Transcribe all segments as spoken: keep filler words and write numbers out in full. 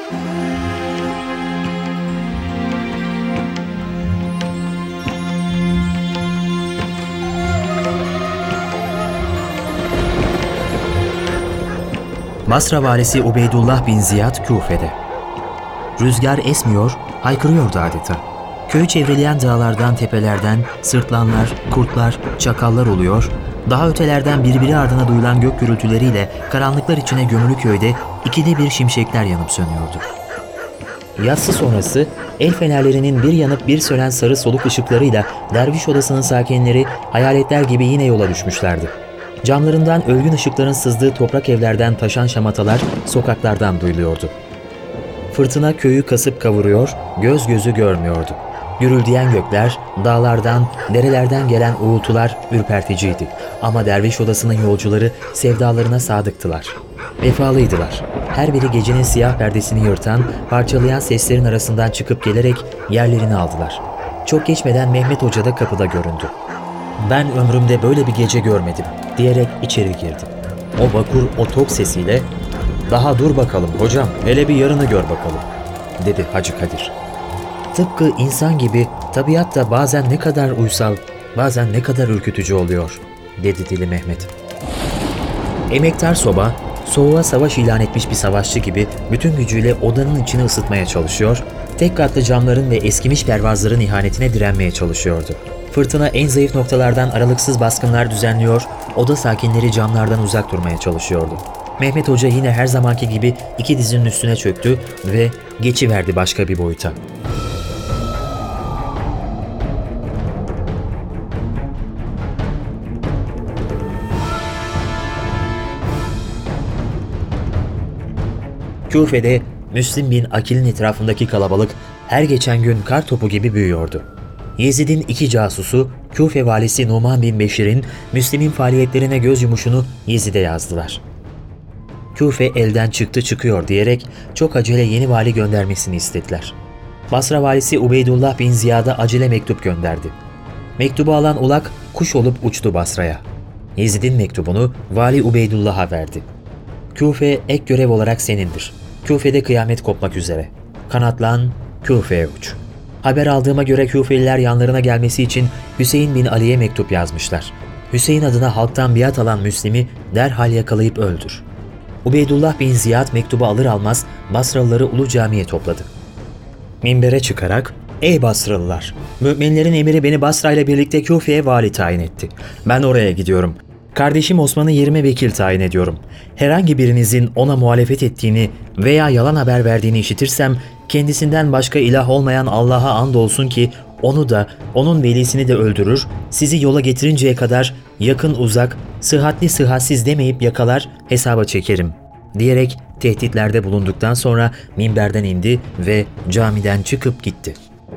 Basra valisi Ubeydullah bin Ziyad Küfe'de. Rüzgar esmiyor, haykırıyordu adeta. Köyü çevreleyen dağlardan, tepelerden sırtlanlar, kurtlar, çakallar oluyor, daha ötelerden birbiri ardına duyulan gök gürültüleriyle karanlıklar içine gömülü köyde ikide bir şimşekler yanıp sönüyordu. Yatsı sonrası el fenerlerinin bir yanıp bir sönen sarı soluk ışıklarıyla derviş odasının sakinleri hayaletler gibi yine yola düşmüşlerdi. Camlarından ölgün ışıkların sızdığı toprak evlerden taşan şamatalar sokaklardan duyuluyordu. Fırtına köyü kasıp kavuruyor, göz gözü görmüyordu. Gürüldeyen gökler, dağlardan, derelerden gelen uğultular ürperticiydi. Ama derviş odasının yolcuları sevdalarına sadıktılar. Vefalıydılar. Her biri gecenin siyah perdesini yırtan, parçalayan seslerin arasından çıkıp gelerek yerlerini aldılar. Çok geçmeden Mehmet Hoca da kapıda göründü. "Ben ömrümde böyle bir gece görmedim," diyerek içeri girdi. O vakur, o tok sesiyle "Daha dur bakalım hocam, hele bir yarını gör bakalım," dedi Hacı Kadir. Tıpkı insan gibi tabiat da bazen ne kadar uysal, bazen ne kadar ürkütücü oluyor, dedi Dili Mehmet. Emektar soba, soğuğa savaş ilan etmiş bir savaşçı gibi bütün gücüyle odanın içini ısıtmaya çalışıyor, tek katlı camların ve eskimiş pervazların ihanetine direnmeye çalışıyordu. Fırtına en zayıf noktalardan aralıksız baskınlar düzenliyor, oda sakinleri camlardan uzak durmaya çalışıyordu. Mehmet Hoca yine her zamanki gibi iki dizinin üstüne çöktü ve geçiverdi başka bir boyuta. Küfe'de Müslim bin Akil'in etrafındaki kalabalık her geçen gün kar topu gibi büyüyordu. Yezid'in iki casusu Küfe valisi Numan bin Beşir'in Müslim'in faaliyetlerine göz yumuşunu Yezid'e yazdılar. Küfe elden çıktı çıkıyor diyerek çok acele yeni vali göndermesini istediler. Basra valisi Ubeydullah bin Ziyad'a acele mektup gönderdi. Mektubu alan ulak kuş olup uçtu Basra'ya. Yezid'in mektubunu vali Ubeydullah'a verdi. Küfe ek görev olarak senindir. Küfe'de kıyamet kopmak üzere. Kanatlan, Küfe'ye uç. Haber aldığıma göre Küfeliler yanlarına gelmesi için Hüseyin bin Ali'ye mektup yazmışlar. Hüseyin adına halktan biat alan Müslim'i derhal yakalayıp öldür. Ubeydullah bin Ziyad mektubu alır almaz Basralıları Ulu Cami'ye topladı. Minbere çıkarak, "Ey Basralılar! Müminlerin emiri beni Basra ile birlikte Küfe'ye vali tayin etti. Ben oraya gidiyorum. Kardeşim Osman'ı yerime vekil tayin ediyorum. Herhangi birinizin ona muhalefet ettiğini veya yalan haber verdiğini işitirsem, kendisinden başka ilah olmayan Allah'a andolsun ki onu da, onun velisini de öldürür, sizi yola getirinceye kadar yakın uzak, sıhhatli sıhhatsiz demeyip yakalar, hesaba çekerim," diyerek tehditlerde bulunduktan sonra minberden indi ve camiden çıkıp gitti.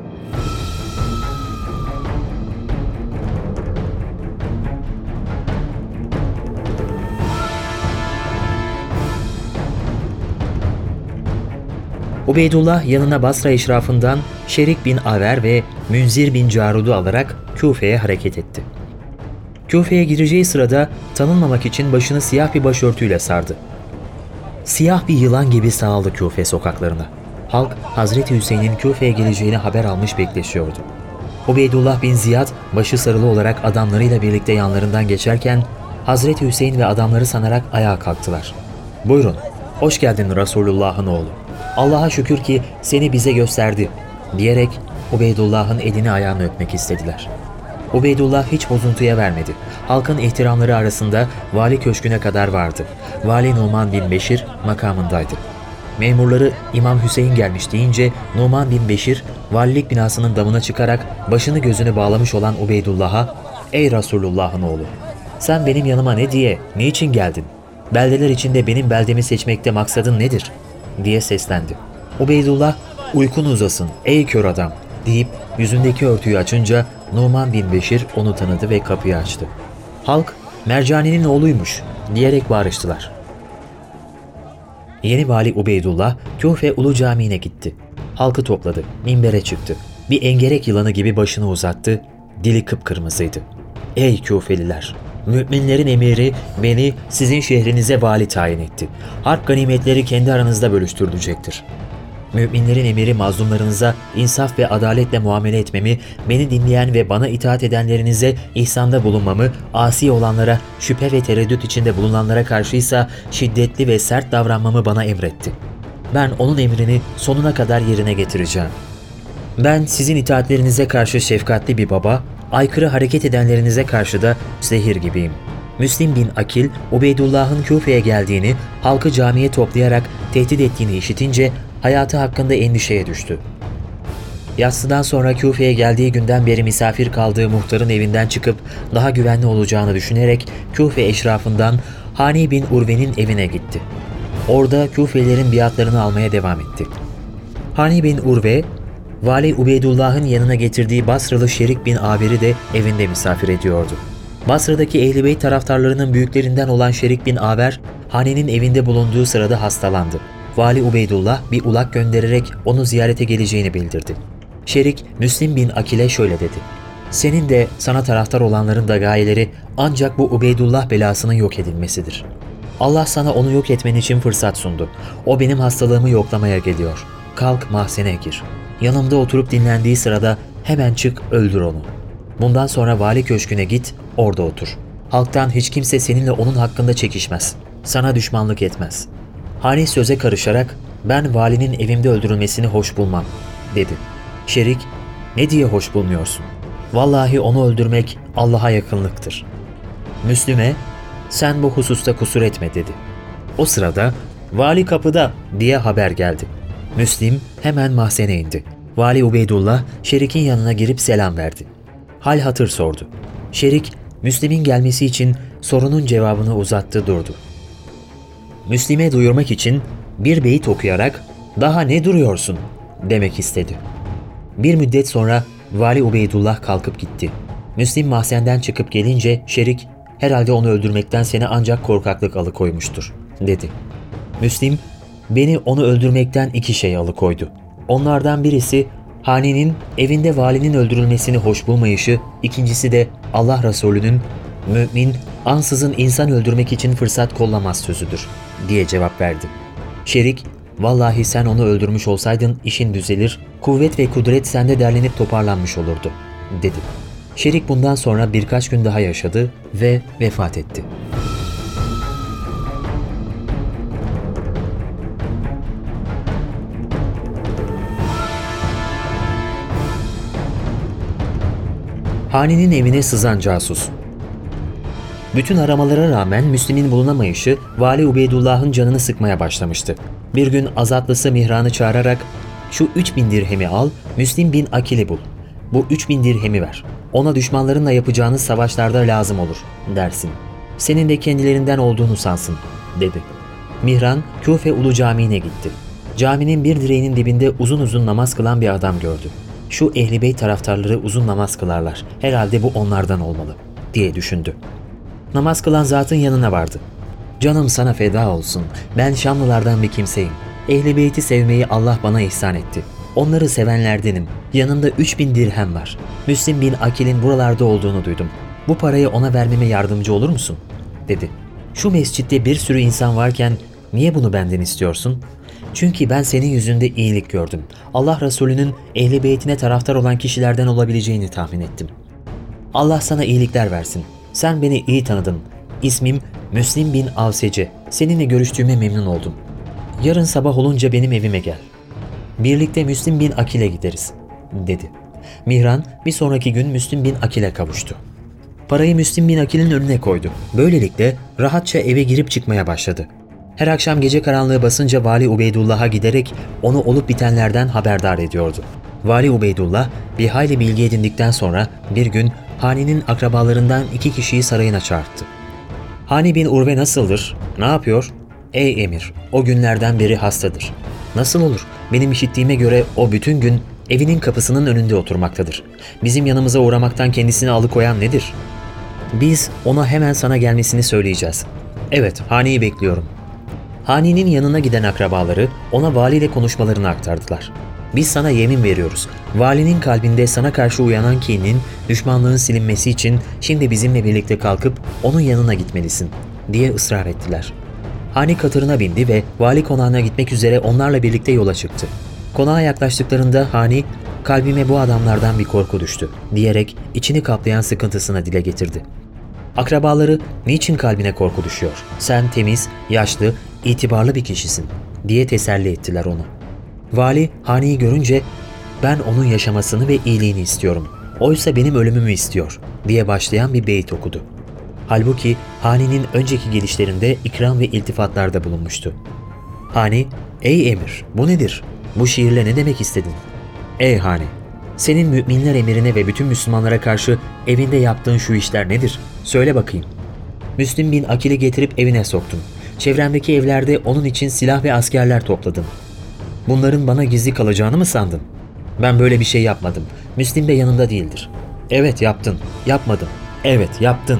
Ubeydullah yanına Basra eşrafından Şerik bin Aver ve Münzir bin Carud'u alarak Küfe'ye hareket etti. Küfe'ye gireceği sırada tanınmamak için başını siyah bir başörtüyle sardı. Siyah bir yılan gibi sağaldı Küfe sokaklarına. Halk Hazreti Hüseyin'in Küfe'ye geleceğini haber almış bekleşiyordu. Ubeydullah bin Ziyad başı sarılı olarak adamlarıyla birlikte yanlarından geçerken Hazreti Hüseyin ve adamları sanarak ayağa kalktılar. "Buyurun, hoş geldin Resulullah'ın oğlu. Allah'a şükür ki seni bize gösterdi," diyerek Ubeydullah'ın elini ayağını öpmek istediler. Ubeydullah hiç bozuntuya vermedi. Halkın ihtiramları arasında vali köşküne kadar vardı. Vali Numan bin Beşir makamındaydı. Memurları İmam Hüseyin gelmiş deyince Numan bin Beşir valilik binasının damına çıkarak başını gözünü bağlamış olan Ubeydullah'a "Ey Resulullah'ın oğlu, sen benim yanıma ne diye, ne için geldin? Beldeler içinde benim beldemi seçmekte maksadın nedir?" diye seslendi. Ubeydullah "Uykun uzasın ey kör adam," deyip yüzündeki örtüyü açınca Numan bin Beşir onu tanıdı ve kapıyı açtı. Halk "Mercani'nin oğluymuş," diyerek bağırıştılar. Yeni vali Ubeydullah Küfe Ulu Camii'ne gitti. Halkı topladı, minbere çıktı. Bir engerek yılanı gibi başını uzattı, dili kıpkırmızıydı. "Ey Küfeliler! Müminlerin emiri beni sizin şehrinize vali tayin etti. Harp ganimetleri kendi aranızda bölüştürülecektir. Müminlerin emiri mazlumlarınıza insaf ve adaletle muamele etmemi, beni dinleyen ve bana itaat edenlerinize ihsanda bulunmamı, asi olanlara, şüphe ve tereddüt içinde bulunanlara karşıysa şiddetli ve sert davranmamı bana emretti. Ben onun emrini sonuna kadar yerine getireceğim. Ben sizin itaatlerinize karşı şefkatli bir baba, aykırı hareket edenlerinize karşı da zehir gibiyim. Müslim bin Akil, Ubeydullah'ın Küfe'ye geldiğini, halkı camiye toplayarak tehdit ettiğini işitince hayatı hakkında endişeye düştü. Yatsıdan sonra Küfe'ye geldiği günden beri misafir kaldığı muhtarın evinden çıkıp daha güvenli olacağını düşünerek Küfe eşrafından Hani bin Urve'nin evine gitti. Orada Küfelilerin biatlarını almaya devam etti. Hani bin Urve, Vali Ubeydullah'ın yanına getirdiği Basralı Şerik bin Aver'i de evinde misafir ediyordu. Basra'daki Ehl-i Beyt taraftarlarının büyüklerinden olan Şerik bin Aver, Hani'nin evinde bulunduğu sırada hastalandı. Vali Ubeydullah bir ulak göndererek onu ziyarete geleceğini bildirdi. Şerik, Müslim bin Akil'e şöyle dedi: "Senin de sana taraftar olanların da gayeleri ancak bu Ubeydullah belasının yok edilmesidir. Allah sana onu yok etmen için fırsat sundu. O benim hastalığımı yoklamaya geliyor. Kalk mahzene gir. Yanımda oturup dinlendiği sırada hemen çık öldür onu. Bundan sonra vali köşküne git, orada otur. Halktan hiç kimse seninle onun hakkında çekişmez. Sana düşmanlık etmez." Hani söze karışarak "Ben valinin evimde öldürülmesini hoş bulmam," dedi. Şerik, "Ne diye hoş bulmuyorsun? Vallahi onu öldürmek Allah'a yakınlıktır." Müslüme, "Sen bu hususta kusur etme," dedi. O sırada "Vali kapıda," diye haber geldi. Müslim hemen mahzene indi. Vali Ubeydullah Şerik'in yanına girip selam verdi. Hal hatır sordu. Şerik, Müslim'in gelmesi için sorunun cevabını uzattı durdu. Müslim'e duyurmak için bir beyit okuyarak "Daha ne duruyorsun?" demek istedi. Bir müddet sonra Vali Ubeydullah kalkıp gitti. Müslim mahzenden çıkıp gelince Şerik, "Herhalde onu öldürmekten seni ancak korkaklık alıkoymuştur," dedi. Müslim, "Beni onu öldürmekten iki şey alıkoydu. Onlardan birisi Hani'nin evinde valinin öldürülmesini hoş bulmayışı, ikincisi de Allah Resulü'nün mümin ansızın insan öldürmek için fırsat kollamaz sözüdür," diye cevap verdi. Şerik, "Vallahi sen onu öldürmüş olsaydın işin düzelir, kuvvet ve kudret sende derlenip toparlanmış olurdu," dedi. Şerik bundan sonra birkaç gün daha yaşadı ve vefat etti. Hani'nin evine sızan casus. Bütün aramalara rağmen Müslim'in bulunamayışı Vali Ubeydullah'ın canını sıkmaya başlamıştı. Bir gün azatlısı Mihran'ı çağırarak "Şu üç bin dirhemi al, Müslim bin Akil'i bul. Bu üç bin dirhemi ver. Ona düşmanlarınla yapacağınız savaşlarda lazım olur dersin. Senin de kendilerinden olduğunu sansın," dedi. Mihran, Küfe Ulu Camii'ne gitti. Caminin bir direğinin dibinde uzun uzun namaz kılan bir adam gördü. "Şu Ehl-i Beyt taraftarları uzun namaz kılarlar. Herhalde bu onlardan olmalı," diye düşündü. Namaz kılan zatın yanına vardı. "Canım sana feda olsun. Ben Şamlılardan bir kimseyim. Ehl-i Beyt'i sevmeyi Allah bana ihsan etti. Onları sevenlerdenim. Yanımda üç bin dirhem var. Müslim bin Akil'in buralarda olduğunu duydum. Bu parayı ona vermeme yardımcı olur musun?" dedi. "Şu mescitte bir sürü insan varken niye bunu benden istiyorsun?" "Çünkü ben senin yüzünde iyilik gördüm. Allah Resulü'nün Ehl-i Beyt'ine taraftar olan kişilerden olabileceğini tahmin ettim." "Allah sana iyilikler versin. Sen beni iyi tanıdın. İsmim Müslim bin Avsece. Seninle görüştüğüme memnun oldum. Yarın sabah olunca benim evime gel. Birlikte Müslim bin Akil'e gideriz," dedi. Mihran bir sonraki gün Müslim bin Akil'e kavuştu. Parayı Müslim bin Akil'in önüne koydu. Böylelikle rahatça eve girip çıkmaya başladı. Her akşam gece karanlığı basınca Vali Ubeydullah'a giderek onu olup bitenlerden haberdar ediyordu. Vali Ubeydullah bir hayli bilgi edindikten sonra bir gün Hani'nin akrabalarından iki kişiyi sarayına çağırdı. "Hani bin Urve nasıldır? Ne yapıyor?" "Ey emir, o günlerden beri hastadır." "Nasıl olur? Benim işittiğime göre o bütün gün evinin kapısının önünde oturmaktadır. Bizim yanımıza uğramaktan kendisini alıkoyan nedir?" "Biz ona hemen sana gelmesini söyleyeceğiz." "Evet, Hani'yi bekliyorum." Hani'nin yanına giden akrabaları ona valiyle konuşmalarını aktardılar. "Biz sana yemin veriyoruz. Valinin kalbinde sana karşı uyanan kinin, düşmanlığın silinmesi için şimdi bizimle birlikte kalkıp onun yanına gitmelisin," diye ısrar ettiler. Hani katırına bindi ve vali konağına gitmek üzere onlarla birlikte yola çıktı. Konağa yaklaştıklarında Hani, "Kalbime bu adamlardan bir korku düştü," diyerek içini kaplayan sıkıntısını dile getirdi. Akrabaları, "Niçin kalbine korku düşüyor? Sen temiz, yaşlı, itibarlı bir kişisin," diye teselli ettiler onu. Vali Hani'yi görünce, "Ben onun yaşamasını ve iyiliğini istiyorum. Oysa benim ölümümü istiyor," diye başlayan bir beyit okudu. Halbuki Hani'nin önceki gelişlerinde ikram ve iltifatlarda bulunmuştu. Hani, "Ey emir, bu nedir? Bu şiirle ne demek istedin?" "Ey Hani, senin müminler emirine ve bütün Müslümanlara karşı evinde yaptığın şu işler nedir? Söyle bakayım." "Müslim bin Akil'i getirip evine soktum. Çevremdeki evlerde onun için silah ve askerler topladım. Bunların bana gizli kalacağını mı sandın? Ben böyle bir şey yapmadım. Müslim de yanında değildir." "Evet yaptın, yapmadım. Evet yaptın."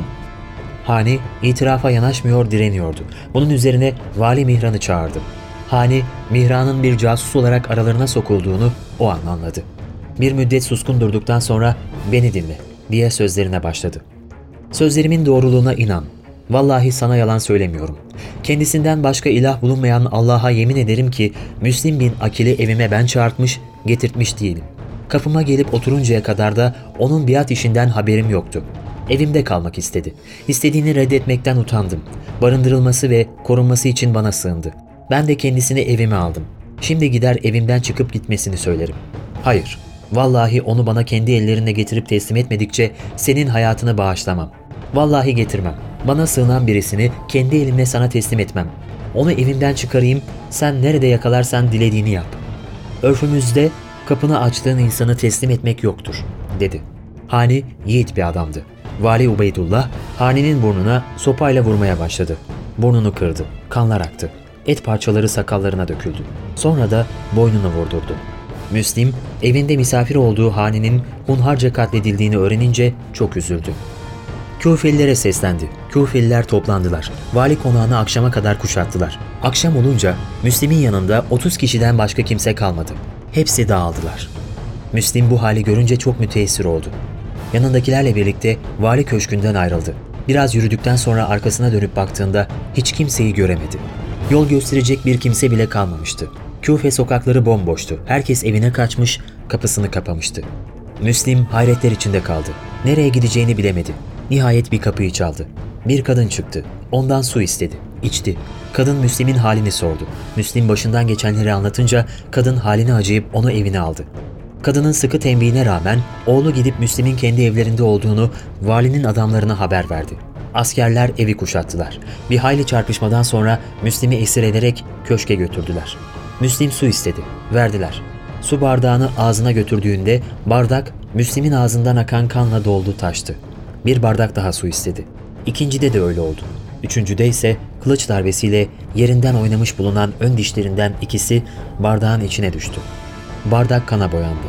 Hani itirafa yanaşmıyor, direniyordu. Bunun üzerine Vali Mihran'ı çağırdı. Hani, Mihran'ın bir casus olarak aralarına sokulduğunu o an anladı. Bir müddet suskun durduktan sonra, "Beni dinle," diye sözlerine başladı. "Sözlerimin doğruluğuna inan. Vallahi sana yalan söylemiyorum. Kendisinden başka ilah bulunmayan Allah'a yemin ederim ki Müslim bin Akil'i evime ben çağırtmış, getirtmiş değilim. Kapıma gelip oturuncaya kadar da onun biat işinden haberim yoktu. Evimde kalmak istedi. İstediğini reddetmekten utandım. Barındırılması ve korunması için bana sığındı. Ben de kendisini evime aldım. Şimdi gider evimden çıkıp gitmesini söylerim. Hayır, vallahi onu bana kendi ellerine getirip teslim etmedikçe senin hayatını bağışlamam. Vallahi getirmem. Bana sığınan birisini kendi elimle sana teslim etmem. Onu evimden çıkarayım, sen nerede yakalarsan dilediğini yap. Örfümüzde kapını açtığın insanı teslim etmek yoktur," dedi. Hani yiğit bir adamdı. Vali Ubeydullah, Hani'nin burnuna sopayla vurmaya başladı. Burnunu kırdı, kanlar aktı. Et parçaları sakallarına döküldü. Sonra da boynunu vurdurdu. Müslim, evinde misafir olduğu Hani'nin hunharca katledildiğini öğrenince çok üzüldü. Küfelilere seslendi. Küfeliler toplandılar. Vali konağını akşama kadar kuşattılar. Akşam olunca Müslim'in yanında otuz kişiden başka kimse kalmadı. Hepsi dağıldılar. Müslim bu hali görünce çok müteessir oldu. Yanındakilerle birlikte vali köşkünden ayrıldı. Biraz yürüdükten sonra arkasına dönüp baktığında hiç kimseyi göremedi. Yol gösterecek bir kimse bile kalmamıştı. Küfe sokakları bomboştu. Herkes evine kaçmış, kapısını kapamıştı. Müslim hayretler içinde kaldı. Nereye gideceğini bilemedi. Nihayet bir kapıyı çaldı. Bir kadın çıktı. Ondan su istedi. İçti. Kadın Müslim'in halini sordu. Müslim başından geçenleri anlatınca kadın haline acıyıp onu evine aldı. Kadının sıkı tembihine rağmen oğlu gidip Müslim'in kendi evlerinde olduğunu valinin adamlarına haber verdi. Askerler evi kuşattılar. Bir hayli çarpışmadan sonra Müslim'i esir ederek köşke götürdüler. Müslim su istedi. Verdiler. Su bardağını ağzına götürdüğünde bardak Müslim'in ağzından akan kanla doldu taştı. Bir bardak daha su istedi. İkincide de öyle oldu. Üçüncüde ise kılıç darbesiyle yerinden oynamış bulunan ön dişlerinden ikisi bardağın içine düştü. Bardak kana boyandı.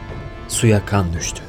Suya kan düştü.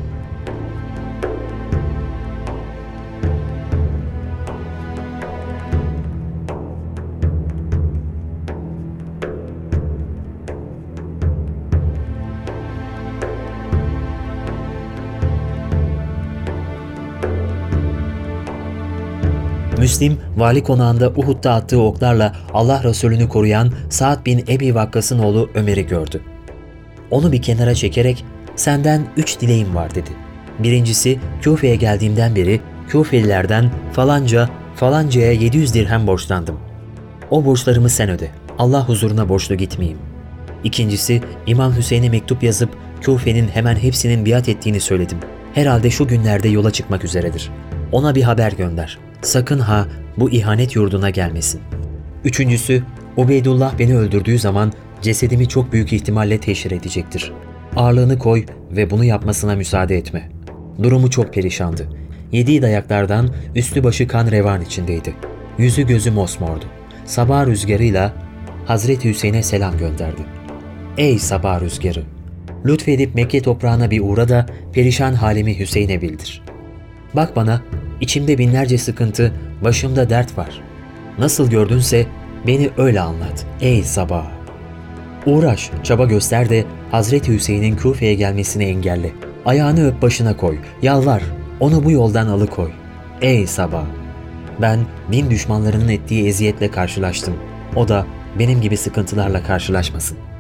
Müslim, vali konağında Uhud'da attığı oklarla Allah Resulü'nü koruyan Sa'd bin Ebi Vakkas'ın oğlu Ömer'i gördü. Onu bir kenara çekerek, "Senden üç dileğim var," dedi. Birincisi, Küfe'ye geldiğimden beri Küfelilerden falanca falancaya yedi yüz dirhem borçlandım. O borçlarımı sen öde. Allah huzuruna borçlu gitmeyeyim. İkincisi, İmam Hüseyin'e mektup yazıp Küfe'nin hemen hepsinin biat ettiğini söyledim. Herhalde şu günlerde yola çıkmak üzeredir. Ona bir haber gönder. Sakın ha bu ihanet yurduna gelmesin. Üçüncüsü, Ubeydullah beni öldürdüğü zaman cesedimi çok büyük ihtimalle teşhir edecektir. Ağırlığını koy ve bunu yapmasına müsaade etme. Durumu çok perişandı. Yediği dayaklardan üstü başı kan revan içindeydi. Yüzü gözü mosmordu. Sabah rüzgarıyla Hazreti Hüseyin'e selam gönderdi. Ey sabah rüzgarı! Lütfedip Mekke toprağına bir uğra da perişan halimi Hüseyin'e bildir. Bak bana, içimde binlerce sıkıntı, başımda dert var. Nasıl gördünse beni öyle anlat ey sabah. Uğraş, çaba göster de Hazreti Hüseyin'in Küfe'ye gelmesini engelle. Ayağını öp başına koy, yalvar, onu bu yoldan alıkoy. Ey sabah! Ben din düşmanlarının ettiği eziyetle karşılaştım. O da benim gibi sıkıntılarla karşılaşmasın.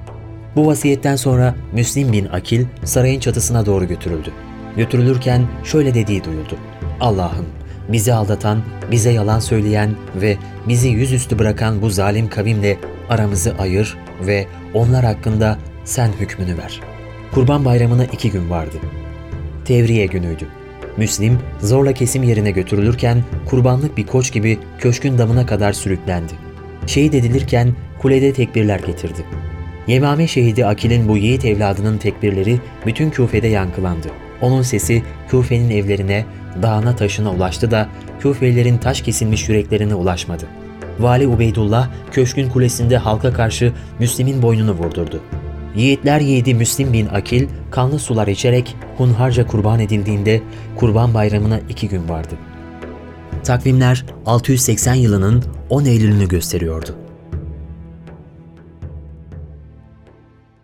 Bu vasiyetten sonra Müslim bin Akil sarayın çatısına doğru götürüldü. Götürülürken şöyle dediği duyuldu: Allah'ım, bizi aldatan, bize yalan söyleyen ve bizi yüzüstü bırakan bu zalim kavimle aramızı ayır ve onlar hakkında sen hükmünü ver. Kurban Bayramı'na iki gün vardı. Tevriye günüydü. Müslim zorla kesim yerine götürülürken kurbanlık bir koç gibi köşkün damına kadar sürüklendi. Şehit edilirken kulede tekbirler getirdi. Yemame şehidi Akil'in bu yiğit evladının tekbirleri bütün Küfe'de yankılandı. Onun sesi Küfe'nin evlerine, dağına taşına ulaştı da Küfelilerin taş kesilmiş yüreklerine ulaşmadı. Vali Ubeydullah köşkün kulesinde halka karşı Müslim'in boynunu vurdurdu. Yiğitler yiğidi Müslim bin Akil kanlı sular içerek hunharca kurban edildiğinde Kurban Bayramı'na iki gün vardı. Takvimler altı yüz seksen yılının on Eylül'ünü gösteriyordu.